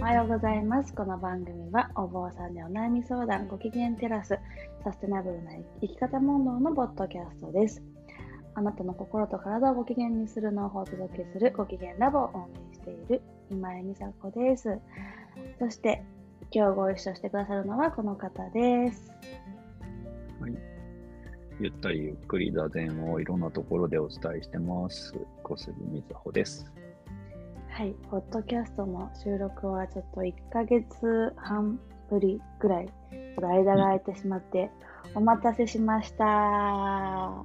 はようございます。この番組はお坊さんでお悩み相談、ご機嫌テラス、サステナブルな生き方問答のポッドキャストです。あなたの心と体をご機嫌にするのをお届けするご機嫌ラボを運営している今井美佐子です。そして今日ご一緒してくださるのはこの方です。 はい。ゆったりゆっくり座禅をいろんなところでお伝えしてます。小杉みずほです。 はい、ポッドキャストの収録はちょっと1ヶ月半ぶりぐらい、間が空いてしまってお待たせしました。はい、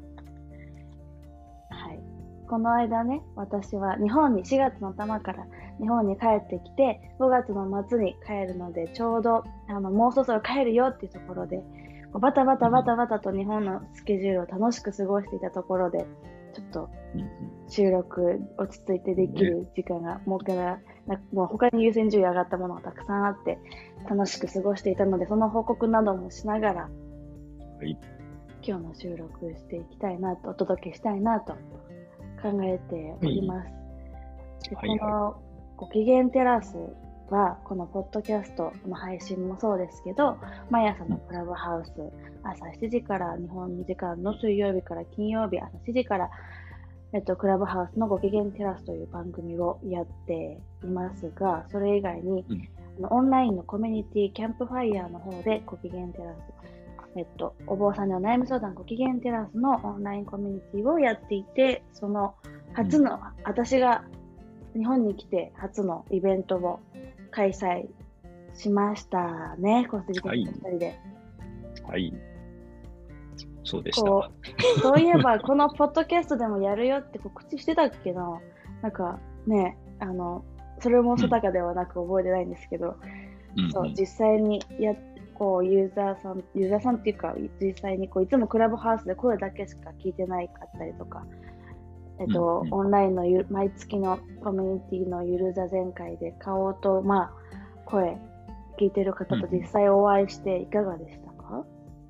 この間ね、私は日本に4月の頭から日本に帰ってきて、5月の末に帰るので、ちょうどもうそろそろ帰るよっていうところで、バタバタと日本のスケジュールを楽しく過ごしていたところで、ちょっと収録落ち着いてできる時間が設けられ、もう他に優先順位上がったものがたくさんあって楽しく過ごしていたので、その報告などもしながら、 はい、 今日の収録していきたいなと、お届けしたいなと考えております。で、このご機嫌テラスはこのポッドキャストの配信もそうですけど、毎朝のクラブハウス、朝7時から日本時間の水曜日から金曜日朝7時から、クラブハウスのご機嫌テラスという番組をやっていますが、それ以外に、オンラインのコミュニティキャンプファイヤーの方でご機嫌テラス、お坊さんのお悩み相談ご機嫌テラスのオンラインコミュニティをやっていて、その初の、私が日本に来て初のイベントを開催しましたね。小杉さんと2人で。 はい。そうでした。 そういえばこのポッドキャストでもやるよって告知してたっけな。なんかね、それも定かではなく覚えてないんですけど、そう実際にユーザーさんっていうか、実際にいつもクラブハウスで声だけしか聞いてないかったりとか、オンラインの毎月のコミュニティのゆる座禅会で顔と、声聞いてる方と実際お会いしていかがでしたか？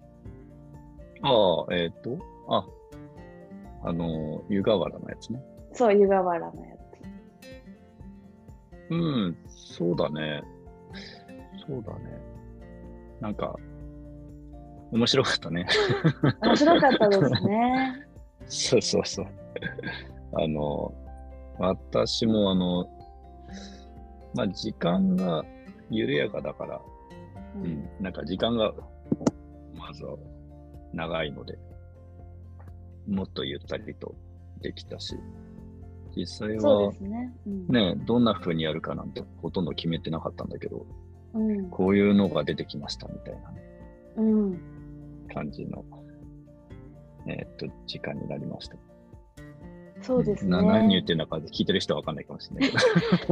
湯河原のやつね。 そう、湯河原のやつ。そうだね。なんか、面白かったね。 面白かったですね。 そう。私も時間が緩やかだから、なんか時間がまずは長いので、もっとゆったりとできたし、実際はね、どんな風にやるかなんてほとんど決めてなかったんだけど、こういうのが出てきましたみたいなね、感じの、時間になりました。 そうですね。 何言ってるのか聞いてる人は分かんないかもしれないけ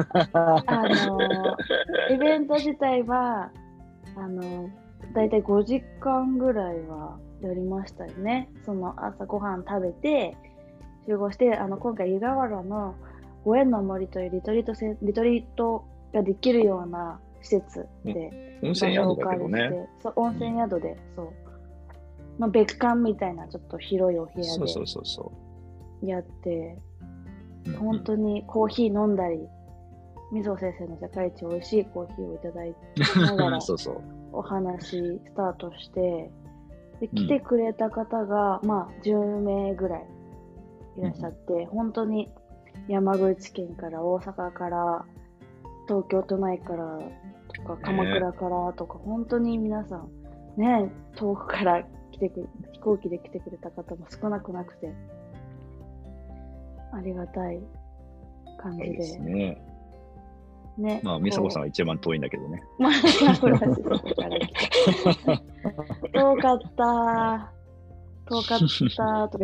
ど。イベント自体は、だいたい5時間ぐらいはやりましたよね。その朝ご飯食べて、集合して、今回湯河原のご縁の森というリトリートができるような施設で、 温泉宿だけどね。 そう、温泉宿で、の別館みたいなちょっと広いお部屋でやって、本当にコーヒー飲んだり、水尾先生の世界一美味しいコーヒーをいただいてながらお話スタートして、で来てくれた方が、10名ぐらいいらっしゃって、本当に山口県から大阪から東京都内からとか鎌倉からとか、本当に皆さんね、遠くから飛行機で来てくれた方も少なくなくて、ありがたい感じで。 ですね。美佐子さんは一番遠いんだけどね。 遠かったとか言って。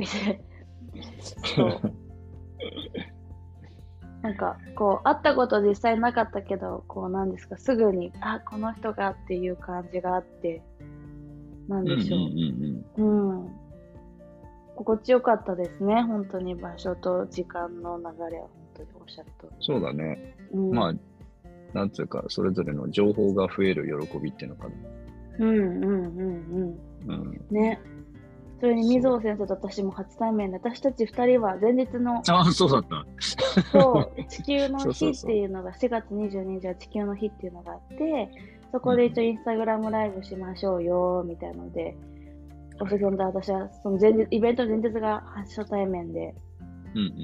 なんか会ったこと実際なかったけど、なんですか、すぐにこの人がっていう感じがあって、なんでしょう。心地よかったですね。本当に場所と時間の流れは本当におっしゃると。 そうだね。なんつうか、それぞれの情報が増える喜びっていうのかな。 ね。 それに水尾先生と私も初対面で、私たち2人は前日の、 ああ、そうだった。 そう、地球の日っそうそうそう。 ていうのが、4月22日は地球の日っていうのがあって、そこで一応インスタグラムライブしましょうよ、みたいなので、お世話と私は、その前日、イベント前日が初対面で、 うんうん。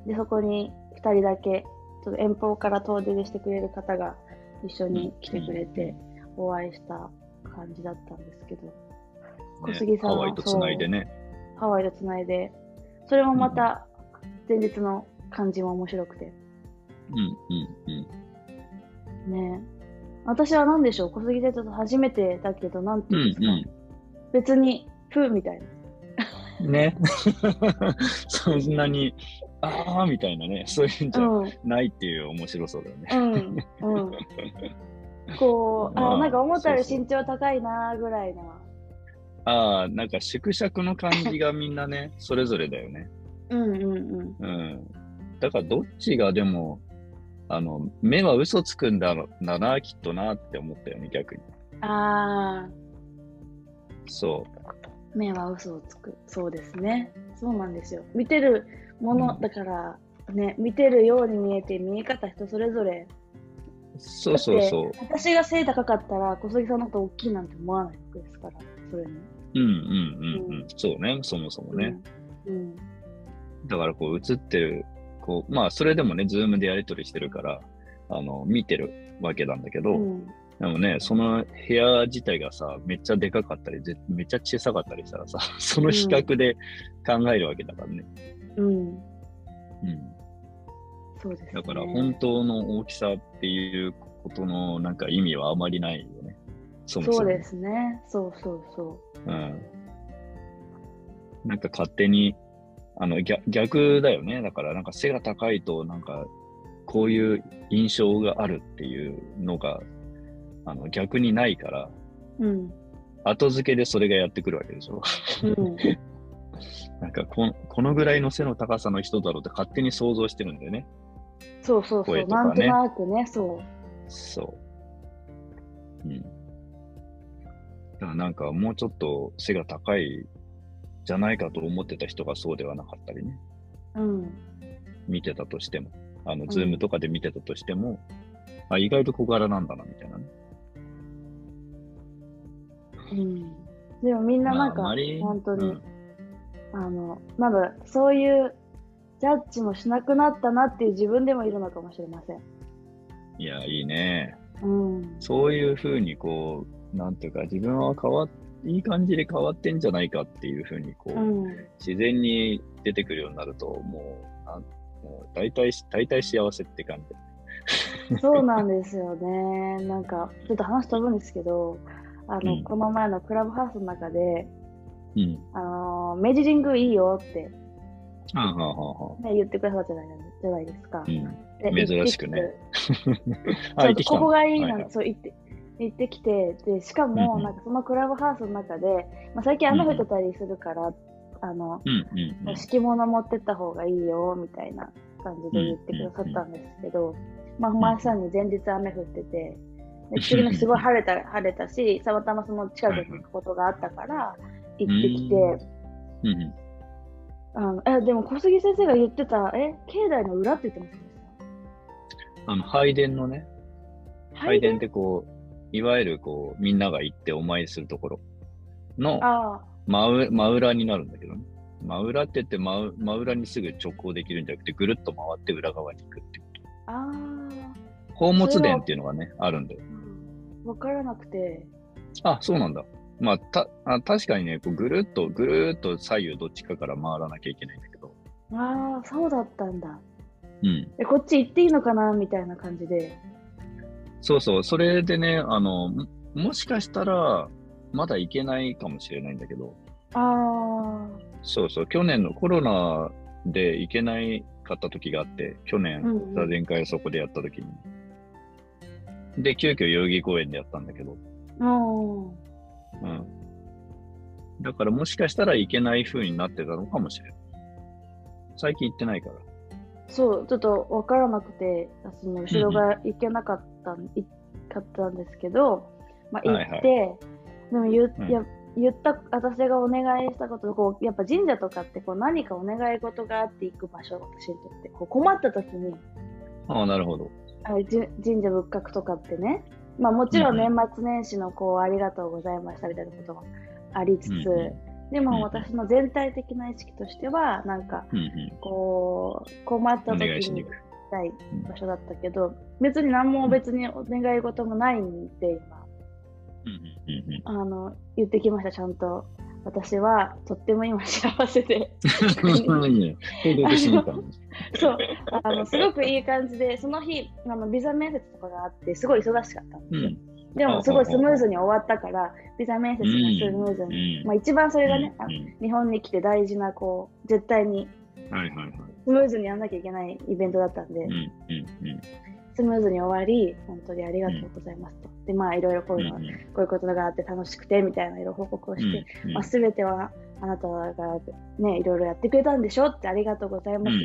で、そこに2人だけ、ちょっと遠方から遠出してくれる方が一緒に来てくれて、お会いした感じだったんですけど、小杉さんは、 ハワイとつないでね。 ハワイとつないで、それもまた前日の感じも面白くて。 うんうんね、私は何でしょう、小杉先生と初めてだけど、なんていうんですか、 うん別に、みたいうん。ね。そんなに、ああみたいなね、そういうんじゃな。 ないっていう面白そうだよね。 こう、なんか思ったよりそうそう身長高いなーぐらいな。 なんか縮尺の感じがみんなね、それぞれだよね。だからどっちがでも、目は嘘つくんだな、きっとなって思ったよね、逆に。そう。 目は嘘をつく。そうですね。そうなんですよ。見てるものだから、ね、見てるように見えて、見え方人それぞれ。 そうそうそう。 私が背高かったら、小杉さんのこと大きいなんて思わないわけですから、それに。 そうね、そもそもね。だからこう映ってる、まあそれでもね、ズームでやり取りしてるから、見てるわけなんだけど、でもね、その部屋自体がさ、めっちゃでかかったり、めっちゃ小さかったりしたらさ、その比較で考えるわけだからね。 そうですね。 だから本当の大きさっていうことのなんか意味はあまりないよね。 そうですね。そう。 なんか勝手に、逆だよね。だからなんか背が高いとなんかこういう印象があるっていうのが逆にないから、後付けでそれがやってくるわけでしょ。なんかこのぐらいの背の高さの人だろうって勝手に想像してるんだよね。 そう。 声とかね。 なんとなくね、そう。 だからなんかもうちょっと背が高いじゃないかと思ってた人がそうではなかったりね。見てたとしても、ズームとかで見てたとしても、意外と小柄なんだなみたいなね。 でもみんななんか、本当に、まだそういうジャッジもしなくなったなっていう自分でもいるのかもしれません。 いや、いいね。そういうふうになんていうか、自分はいい感じで変わってんじゃないかっていうふうに自然に出てくるようになると、もう大体幸せって感じ。そうなんですよね。なんか、ちょっと話飛ぶんですけど、この前のクラブハウスの中で、明治神宮いいよって言ってくださったじゃないですか。 珍しくね。 ここがいいなんて、そう言ってきて、で、しかも、なんかそのクラブハウスの中で、最近雨降ってたりするから、敷物持ってった方がいいよ、みたいな感じで言ってくださったんですけど、まさに前日雨降ってて、で次の日すごい晴れたし、たまたまその近くに行くことがあったから、行ってきて、でも小杉先生が言ってた、境内の裏って言ってました？ 拝殿のね、拝殿っていわゆるみんなが行ってお参りするところの真裏になるんだけどね。真裏って言って真裏にすぐ直行できるんじゃなくて、ぐるっと回って裏側に行くっていうこと。宝物殿っていうのがね、あるんだよ。 わからなくて。 そうなんだ。確かにね、ぐるっと左右どっちかから回らなきゃいけないんだけど。 そうだったんだ。こっち行っていいのかなみたいな感じで。 そう、それでね、もしかしたら、まだ行けないかもしれないんだけど。去年のコロナで行けないかった時があって、去年、座禅会をそこでやった時に。で、急遽代々木公園でやったんだけど。だからもしかしたら行けない風になってたのかもしれない。最近行ってないから。 そう、ちょっとわからなくて、その後ろが行けなかったんですけど、行って、でも私がお願いしたこと、こう、やっぱ神社とかってこう何かお願い事があって行く場所、私にとって、こう困った時に、 ああ、なるほど。 神社仏閣とかってね、まあもちろん年末年始のこう、ありがとうございましたみたいなことがありつつ、でも私の全体的な意識としては、なんか、こう、困った時に行きたい場所だったけど、別に何も別にお願い事もないんで、今。言ってきました、ちゃんと。私はとっても今幸せで。そう、すごくいい感じで、その日、ビザ面接とかがあって、すごい忙しかったんですよ。でも、すごいスムーズに終わったから、ビザ面接がスムーズに。まあ、一番それがね、日本に来て大事な、こう、絶対にスムーズにやらなきゃいけないイベントだったんで、スムーズに終わり、本当にありがとうございますと。で、まあ、いろいろこういうことがあって楽しくて、みたいな、いろいろ報告をして、まあ、すべてはあなたがね、いろいろやってくれたんでしょって、ありがとうございます。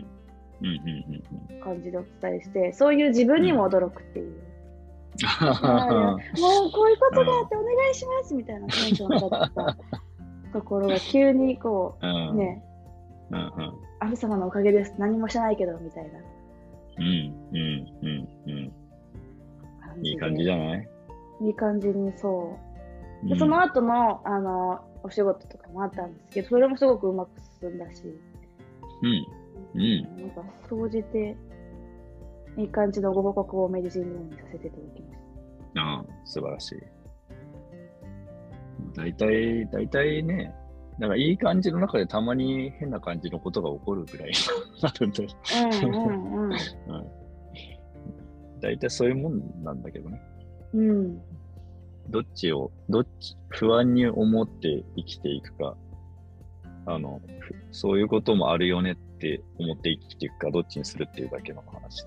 感じでお伝えして、そういう自分にも驚くっていう。もう、こういうことがあってお願いしますみたいなテンションだったところが、急にこう、ね、神様のおかげです。何もしてないけど、みたいな。 いい感じじゃない？ いい感じに、そう。で、その後の、お仕事とかもあったんですけど、それもすごくうまく進んだし、なんか、総じて、いい感じのご報告を明治神宮にさせていただきました。 ああ、素晴らしい。大体ね、なんかいい感じの中でたまに変な感じのことが起こるぐらいになるんで。大体そういうもんなんだけどね。不安に思って生きていくか、そういうこともあるよねって思って生きていくか、どっちにするっていうだけの話。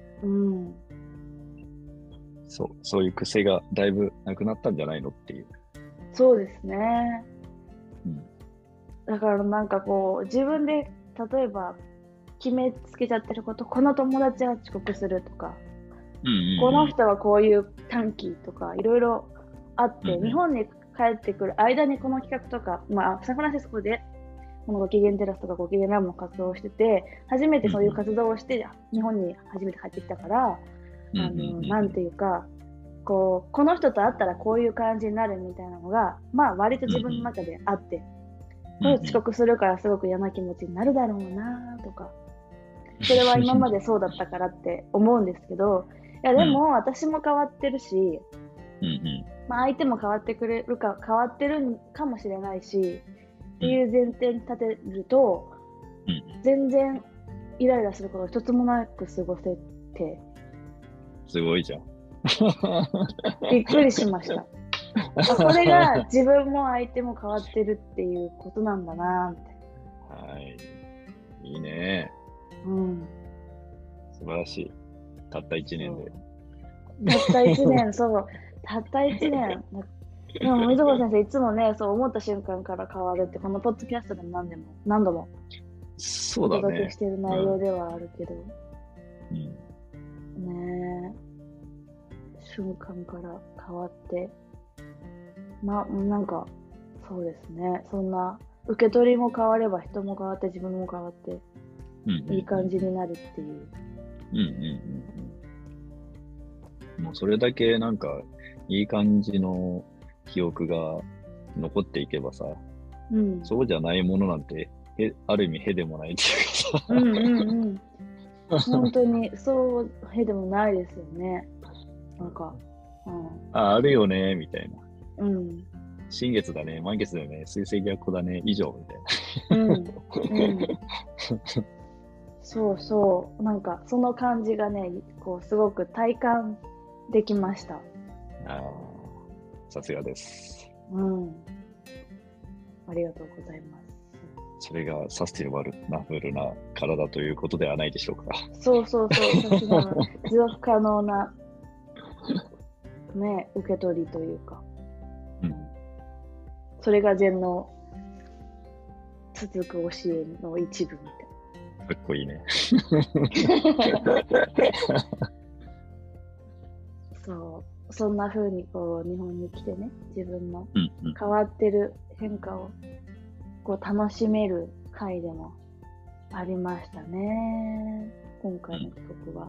そういう癖がだいぶなくなったんじゃないのっていう。 そうですね。だからなんかこう、自分で例えば決めつけちゃってること、この友達が遅刻するとか、この人はこういう短期とかいろいろあって、日本に帰ってくる間にこの企画とか、まあ、サンフランシスコでこのご機嫌テラスとかご機嫌ラボの活動をしてて、初めてそういう活動をして、日本に初めて帰ってきたから、なんていうか、この人と会ったらこういう感じになるみたいなのが、まあ割と自分の中であって、遅刻するからすごく嫌な気持ちになるだろうなとか、それは今までそうだったからって思うんですけど、いやでも私も変わってるし、まあ相手も変わってるかもしれないし、っていう前提に立てると、全然イライラすること一つもなく過ごせて、 すごいじゃん。 びっくりしました。これが自分も相手も変わってるっていうことなんだなって。 はい。いいね。素晴らしい。たった1年で。 たった1年、そう。たった1年。でも、溝子先生、いつもね、そう思った瞬間から変わるって、このポッドキャストでも何度もそうだね。 お届けしてる内容ではあるけど。ねえ。瞬間から変わって。なんか、そうですね。そんな、受け取りも変われば人も変わって自分も変わって、いい感じになるっていう。 もうそれだけなんか、いい感じの記憶が残っていけばさ、そうじゃないものなんて、ある意味、へでもないっていうかさ。本当に、そう、へでもないですよね。なんか、 あるよね、みたいな。新月だね、満月だよね、水星逆行だね、以上、みたいな。 そうそう、なんか、その感じがね、こう、すごく体感できました。 さすがです。 ありがとうございます。 それがサスティナブルな体ということではないでしょうか。 そう、サスティナブル、持続可能な、ね、受け取りというか。それが禅の続く教えの一部みたいな。 かっこいいね。 そんな風にこう日本に来てね、自分のうんうん。 変わってる変化をこう楽しめる回でもありましたね。今回の企画は。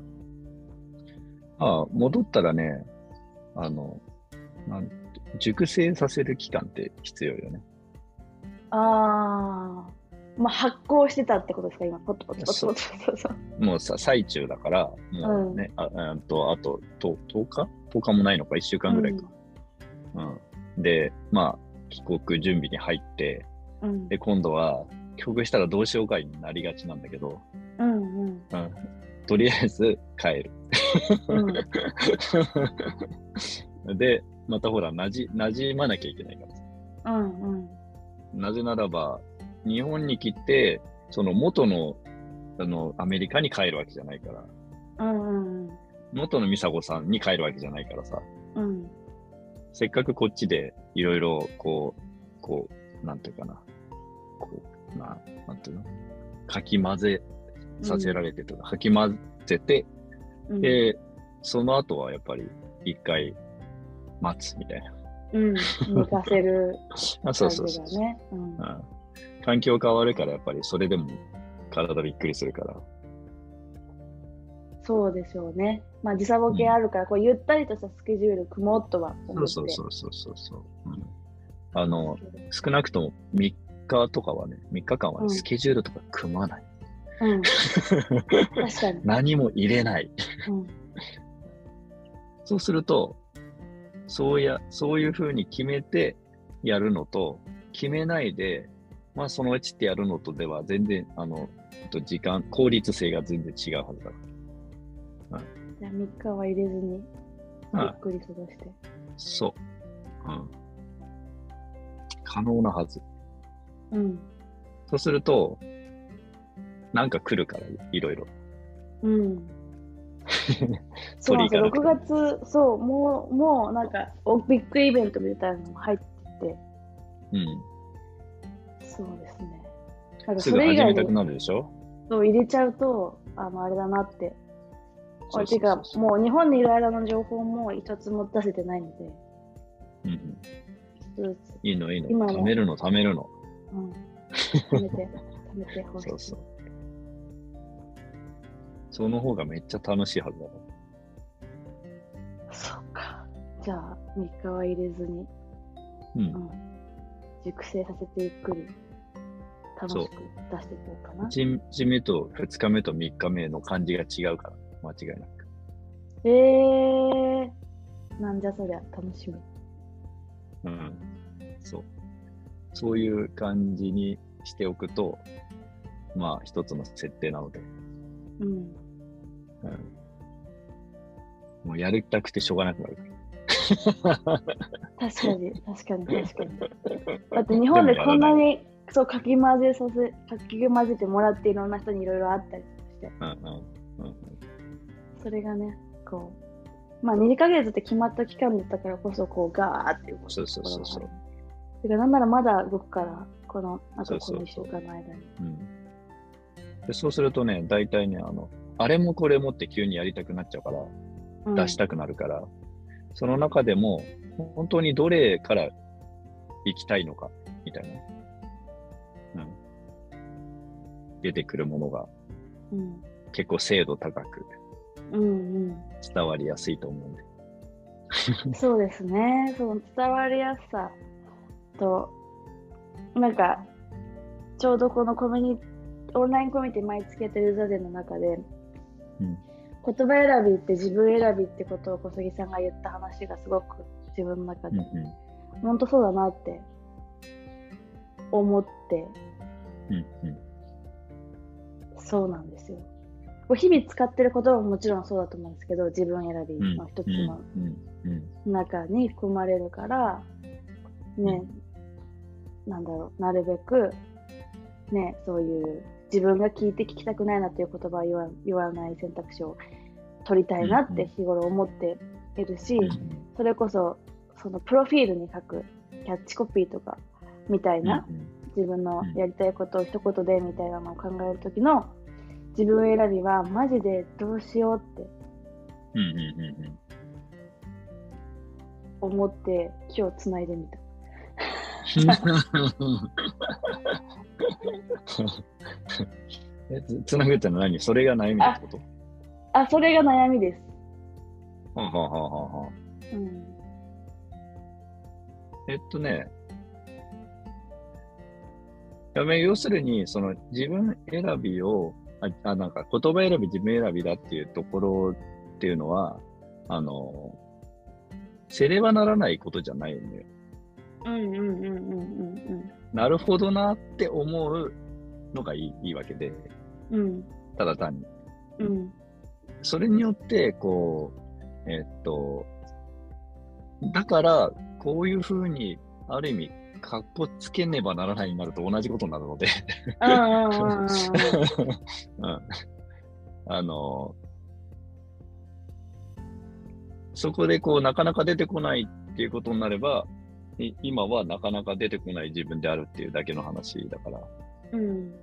戻ったらね、なん熟成させる期間って必要よね。 まあ発酵してたってことですか、今。ポットポットポットポット。そうそう。 もうさ、最中だから、もうね、あと10日 ?10 日もないのか、1週間ぐらいか。で、まあ、帰国準備に入って、で、今度は、帰国したらどうしようかになりがちなんだけど、とりあえず帰る。で、またほら、馴染まなきゃいけないからさ。なぜならば、日本に来て、その元の、アメリカに帰るわけじゃないから、元の美佐子さんに帰るわけじゃないからさ、せっかくこっちでいろいろこう、なんていうかな、なんていうの、かき混ぜさせられてとか、かき混ぜて、で、その後はやっぱり一回待つみたいな。 寝かせる感じがね。環境変わるからやっぱりそれでも体びっくりするから。 そうでしょうね。まあ時差ボケあるから、こうゆったりとしたスケジュール組もうとは思って。 そう。少なくとも3日とかはね、3日間はね、スケジュールとか組まない。 確かに。 何も入れない。そうすると、そういう風に決めてやるのと、決めないで、まあそのうちってやるのとでは全然、効率性が全然違うはずだ。 じゃあ3日は入れずに、ゆっくり過ごして。 そう。可能なはず。そうすると、なんか来るから、いろいろ。 そう、6月、そう、もうなんか、ビッグイベントみたいなのも入ってて。そうですね。 なんかそれ以外にすぐ始めたくなるでしょ？ そう、入れちゃうと、あれだなって。てか、もう日本にいる間の情報も一つも出せてないので。 いいの。貯めるの。貯めてほしい。 そう。その方がめっちゃ楽しいはずだから。 そうか。じゃあ、3日は入れずに、熟成させてゆっくり楽しく出していこうかな。 1日目と2日目と3日目の感じが違うから、間違いなく。 なんじゃそりゃ、楽しみ。 そういう感じにしておくと、まあ一つの設定なので。もうやりたくてしょうがなくなるから。 確かに。だって日本でこんなにそうかき混ぜてもらっていろんな人にいろいろあったりして。それがね、こう、まあ2ヶ月って決まった期間だったからこそ、こうガーって動く。 そう。 てかなんならまだ動くから、この1週間の間に。 でそうするとね、大体ね、あれもこれもって急にやりたくなっちゃうから、出したくなるから、その中でも、本当にどれから行きたいのか、みたいな。出てくるものが、結構精度高く、伝わりやすいと思うんで。 そうですね。その伝わりやすさと、なんか、ちょうどこのオンラインコミュニティ毎月やってる座禅の中で、言葉選びって自分選びってことを小杉さんが言った話がすごく自分の中で、本当そうだなって思って、そうなんですよ。日々使ってる言葉ももちろんそうだと思うんですけど、自分選びの一つの中に含まれるからね、なんだろう、なるべくね、そういう自分が聞きたくないなという言葉を言わない選択肢を取りたいなって日頃思っているし、それこそそのプロフィールに書くキャッチコピーとかみたいな、自分のやりたいことを一言でみたいなのを考えるときの自分選びはマジでどうしようって思って今日つないでみた。 つなぐってのは何？それが悩みだってこと？ それが悩みです。 ははははは。 うん。 要するに、その自分選びを、なんか言葉選び、自分選びだっていうところっていうのは、せればならないことじゃないのよ。なるほどなって思うのがいいわけで、 うん、 ただ単に。 うん、 それによって、だから、こういうふうに、ある意味、かっこつけねばならないになると同じことになるのでそこでなかなか出てこないっていうことになれば、今はなかなか出てこない自分であるっていうだけの話だから。言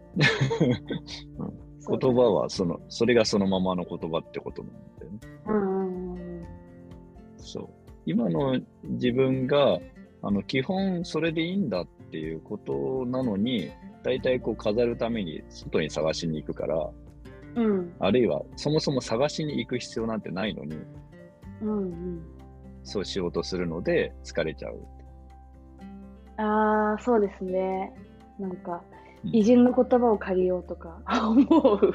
葉はそれがそのままの言葉ってことなんだよね。そう。今の自分が、基本それでいいんだっていうことなのに、大体飾るために外に探しに行くから、あるいはそもそも探しに行く必要なんてないのに、そうしようとするので疲れちゃう。 そうですね。なんか、偉人の言葉を借りようとか思う。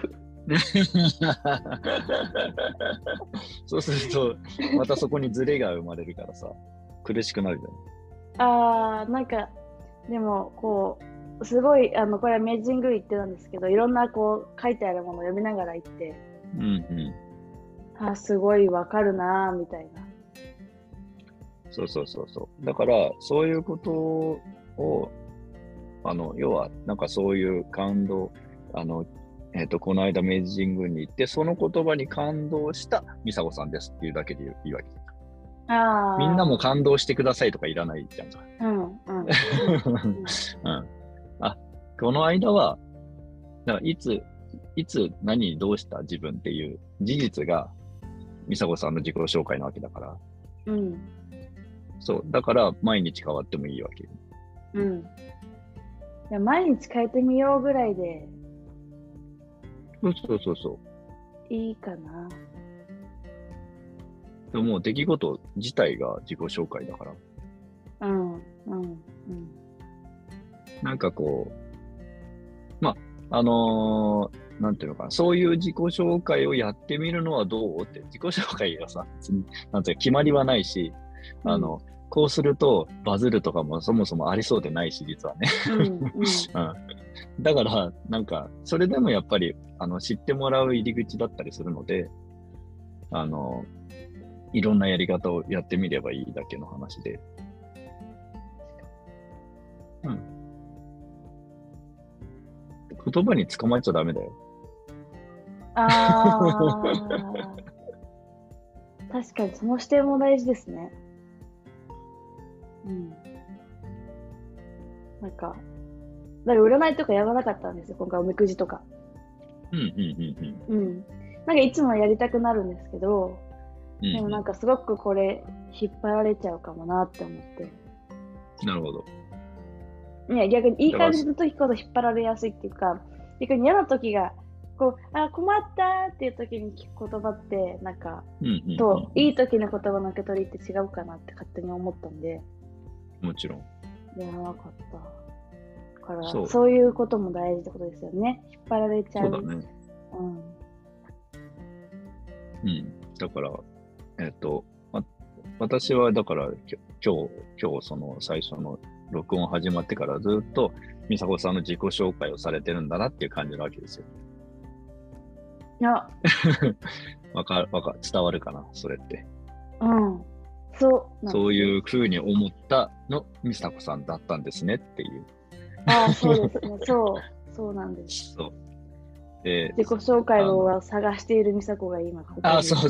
そうすると、またそこにズレが生まれるからさ、苦しくなるじゃん。なんか、でも、すごい、これは明治神宮行ってたんですけど、いろんな書いてあるものを読みながら行って、すごいわかるなぁ、みたいな。 そう。だから、そういうことを、要は、なんかそういう感動、この間明治神宮に行って、その言葉に感動した美佐子さんですっていうだけでいいわけ。みんなも感動してくださいとかいらないじゃんか。この間は、だからいつ何にどうした自分っていう事実が美佐子さんの自己紹介なわけだから。そう。だから毎日変わってもいいわけ。 毎日変えてみようぐらいで。 そう。 いいかな。 でも出来事自体が自己紹介だから。なんかなんていうのかな、そういう自己紹介をやってみるのはどうって、自己紹介がさ、別になんていうか決まりはないし、こうするとバズるとかもそもそもありそうでないし、実はね。だから、なんか、それでもやっぱり、知ってもらう入り口だったりするので、いろんなやり方をやってみればいいだけの話で。言葉に捕まえちゃダメだよ。 確かにその視点も大事ですね。なんか占いとかやらなかったんですよ、今回おみくじとか。なんかいつもやりたくなるんですけど、でもなんかすごくこれ引っ張られちゃうかもなって思って。 なるほど。 いや、逆にいい感じの時ほど引っ張られやすいっていうか、逆に嫌な時が困ったっていう時に聞く言葉ってなんか、いい時の言葉の受け取りって違うかなって勝手に思ったんで。 もちろん。 やらなかった。だからそういうことも大事ってことですよね。引っ張られちゃう。 そうだね。だから、私はだから今日その最初の録音始まってからずっと美佐子さんの自己紹介をされてるんだなっていう感じなわけですよ。 いや。 伝わるかな、それって。 そういうふうに思ったの美佐子さんだったんですねっていう。 そうですね。そうなんです。 そう。 自己紹介を探している美佐子が今ここに。 そう。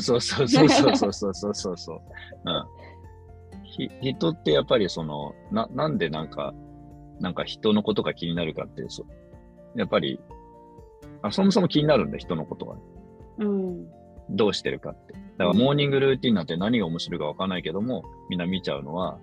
人ってやっぱりなんでなんか人のことが気になるかってやっぱりそもそも気になるんだ、人のことが。どうしてるかって。 だからモーニングルーティンなんて何が面白いかわかんないけども、みんな見ちゃうのは、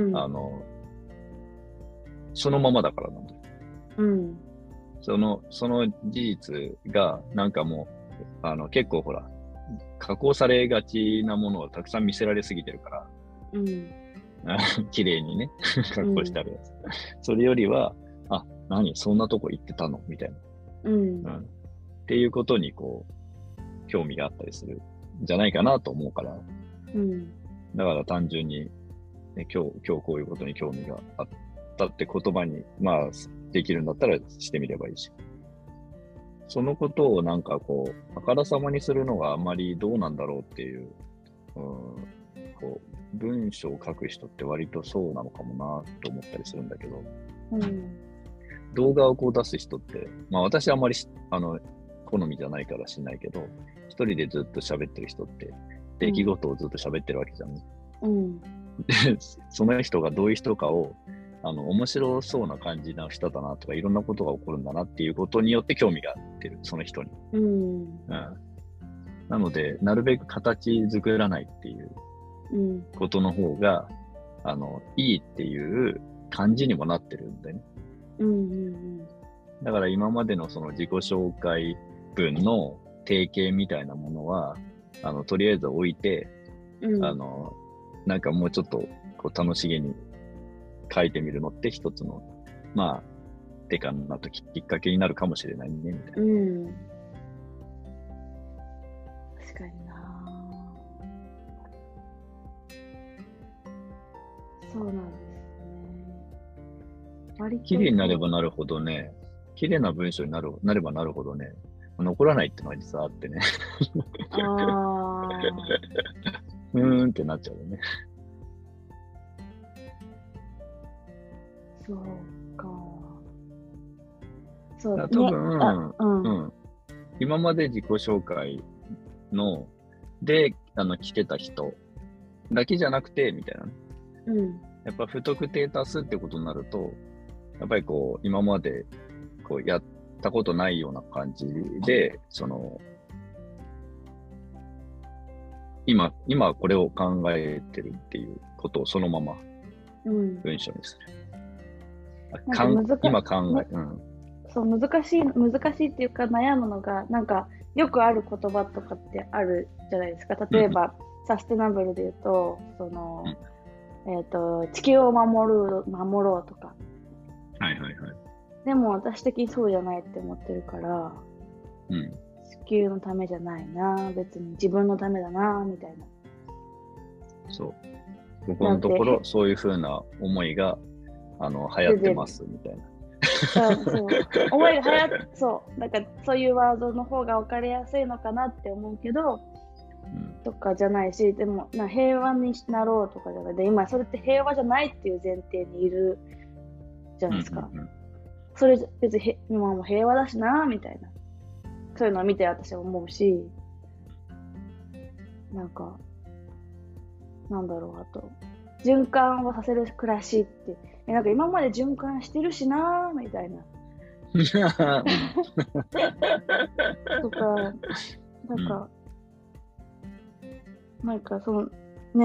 そのままだからなんだよ。その事実が、なんかもう、結構ほら、加工されがちなものをたくさん見せられすぎてるから、綺麗にね、加工してあるやつ。それよりは、そんなとこ行ってたのみたいな。っていうことに、こう、興味があったりするんじゃないかなと思うから。だから単純に、ね、今日こういうことに興味があったって言葉に、できるんだったらしてみればいいし。そのことをなんかこう、あからさまにするのがあまりどうなんだろうっていう、こう文章を書く人って割とそうなのかもなと思ったりするんだけど、動画をこう出す人って、私はあまり好みじゃないからしないけど、一人でずっと喋ってる人って、出来事をずっと喋ってるわけじゃんね。で、その人がどういう人かを、面白そうな感じの人だなとか、いろんなことが起こるんだなっていうことによって興味が出る、その人に。なので、なるべく形作らないっていうことの方が、いいっていう感じにもなってるんだよね。だから今までのその自己紹介文の定型みたいなものは、とりあえず置いて、なんかもうちょっとこう楽しげに書いてみるのって一つの、手かなときっかけになるかもしれないね、みたいな。 確かにな。そうなんですね。 綺麗になればなるほどね、綺麗な文章になればなるほどね、残らないってのは実はあってね。ってなっちゃうよね。 そうか。そうだね。 多分、今まで自己紹介で来てた人だけじゃなくて、みたいなね。やっぱ不特定多数ってことになると、やっぱりこう、今までこうやったことないような感じで、今これを考えてるっていうことをそのまま文章にする。今考え、 そう、難しいっていうか悩むのが、なんかよくある言葉とかってあるじゃないですか。例えば、サステナブルで言うと、地球を守ろうとか。でも私的にそうじゃないって思ってるから、地球のためじゃないな、別に自分のためだな、みたいな。 そう。ここのところ、そういうふうな思いが、流行ってます、みたいな。 そう。思いがそう。なんかそういうワードの方が分かりやすいのかなって思うけど、とかじゃないし、でも平和になろうとかじゃないで、今それって平和じゃないっていう前提にいるじゃないですか。それ別に今も平和だしな、みたいな。そういうのを見て私は思うし、なんか、なんだろう、あと、循環をさせる暮らしって、なんか今まで循環してるしなーみたいな。とか、なんかその、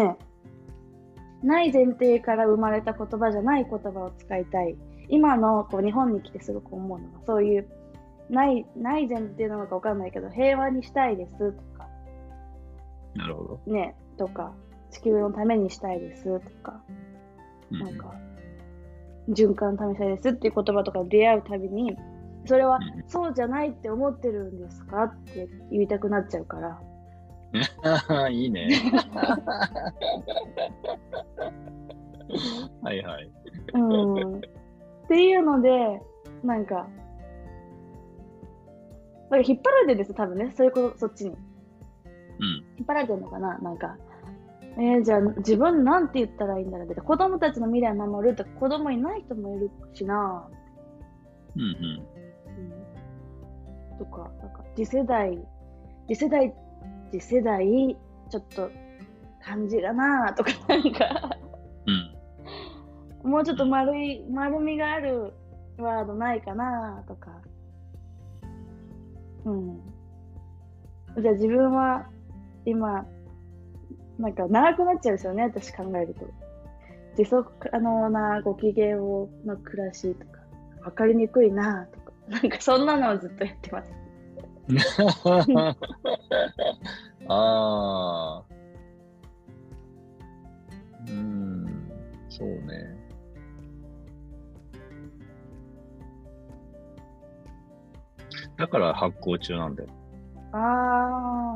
ない前提から生まれた言葉じゃない言葉を使いたい。今のこう日本に来てすごく思うのが、そういう、ない前提なのかわかんないけど、平和にしたいですとか。 なるほど。 とか、地球のためにしたいですとか、なんか、循環のためにしたいですっていう言葉とか出会うたびに、それはそうじゃないって思ってるんですかって言いたくなっちゃうから。 いいね。はいはい。 っていうので、なんか引っ張られてるんですよ、多分ね、そういうこと、そっちに。引っ張られてるのかな、なんか。じゃあ自分なんて言ったらいいんだろうって、子供たちの未来を守るとか、子供いない人もいるしな。とか、なんか次世代、ちょっと感じがなとか、なんか、もうちょっと丸みがあるワードないかなとか。じゃあ自分は今なんか長くなっちゃうんですよね、私考えると。持続可能なご機嫌の暮らしとか、わかりにくいなとか、なんかそんなのをずっとやってます。 ああ、そうね。だから発行中なんだよ。 あ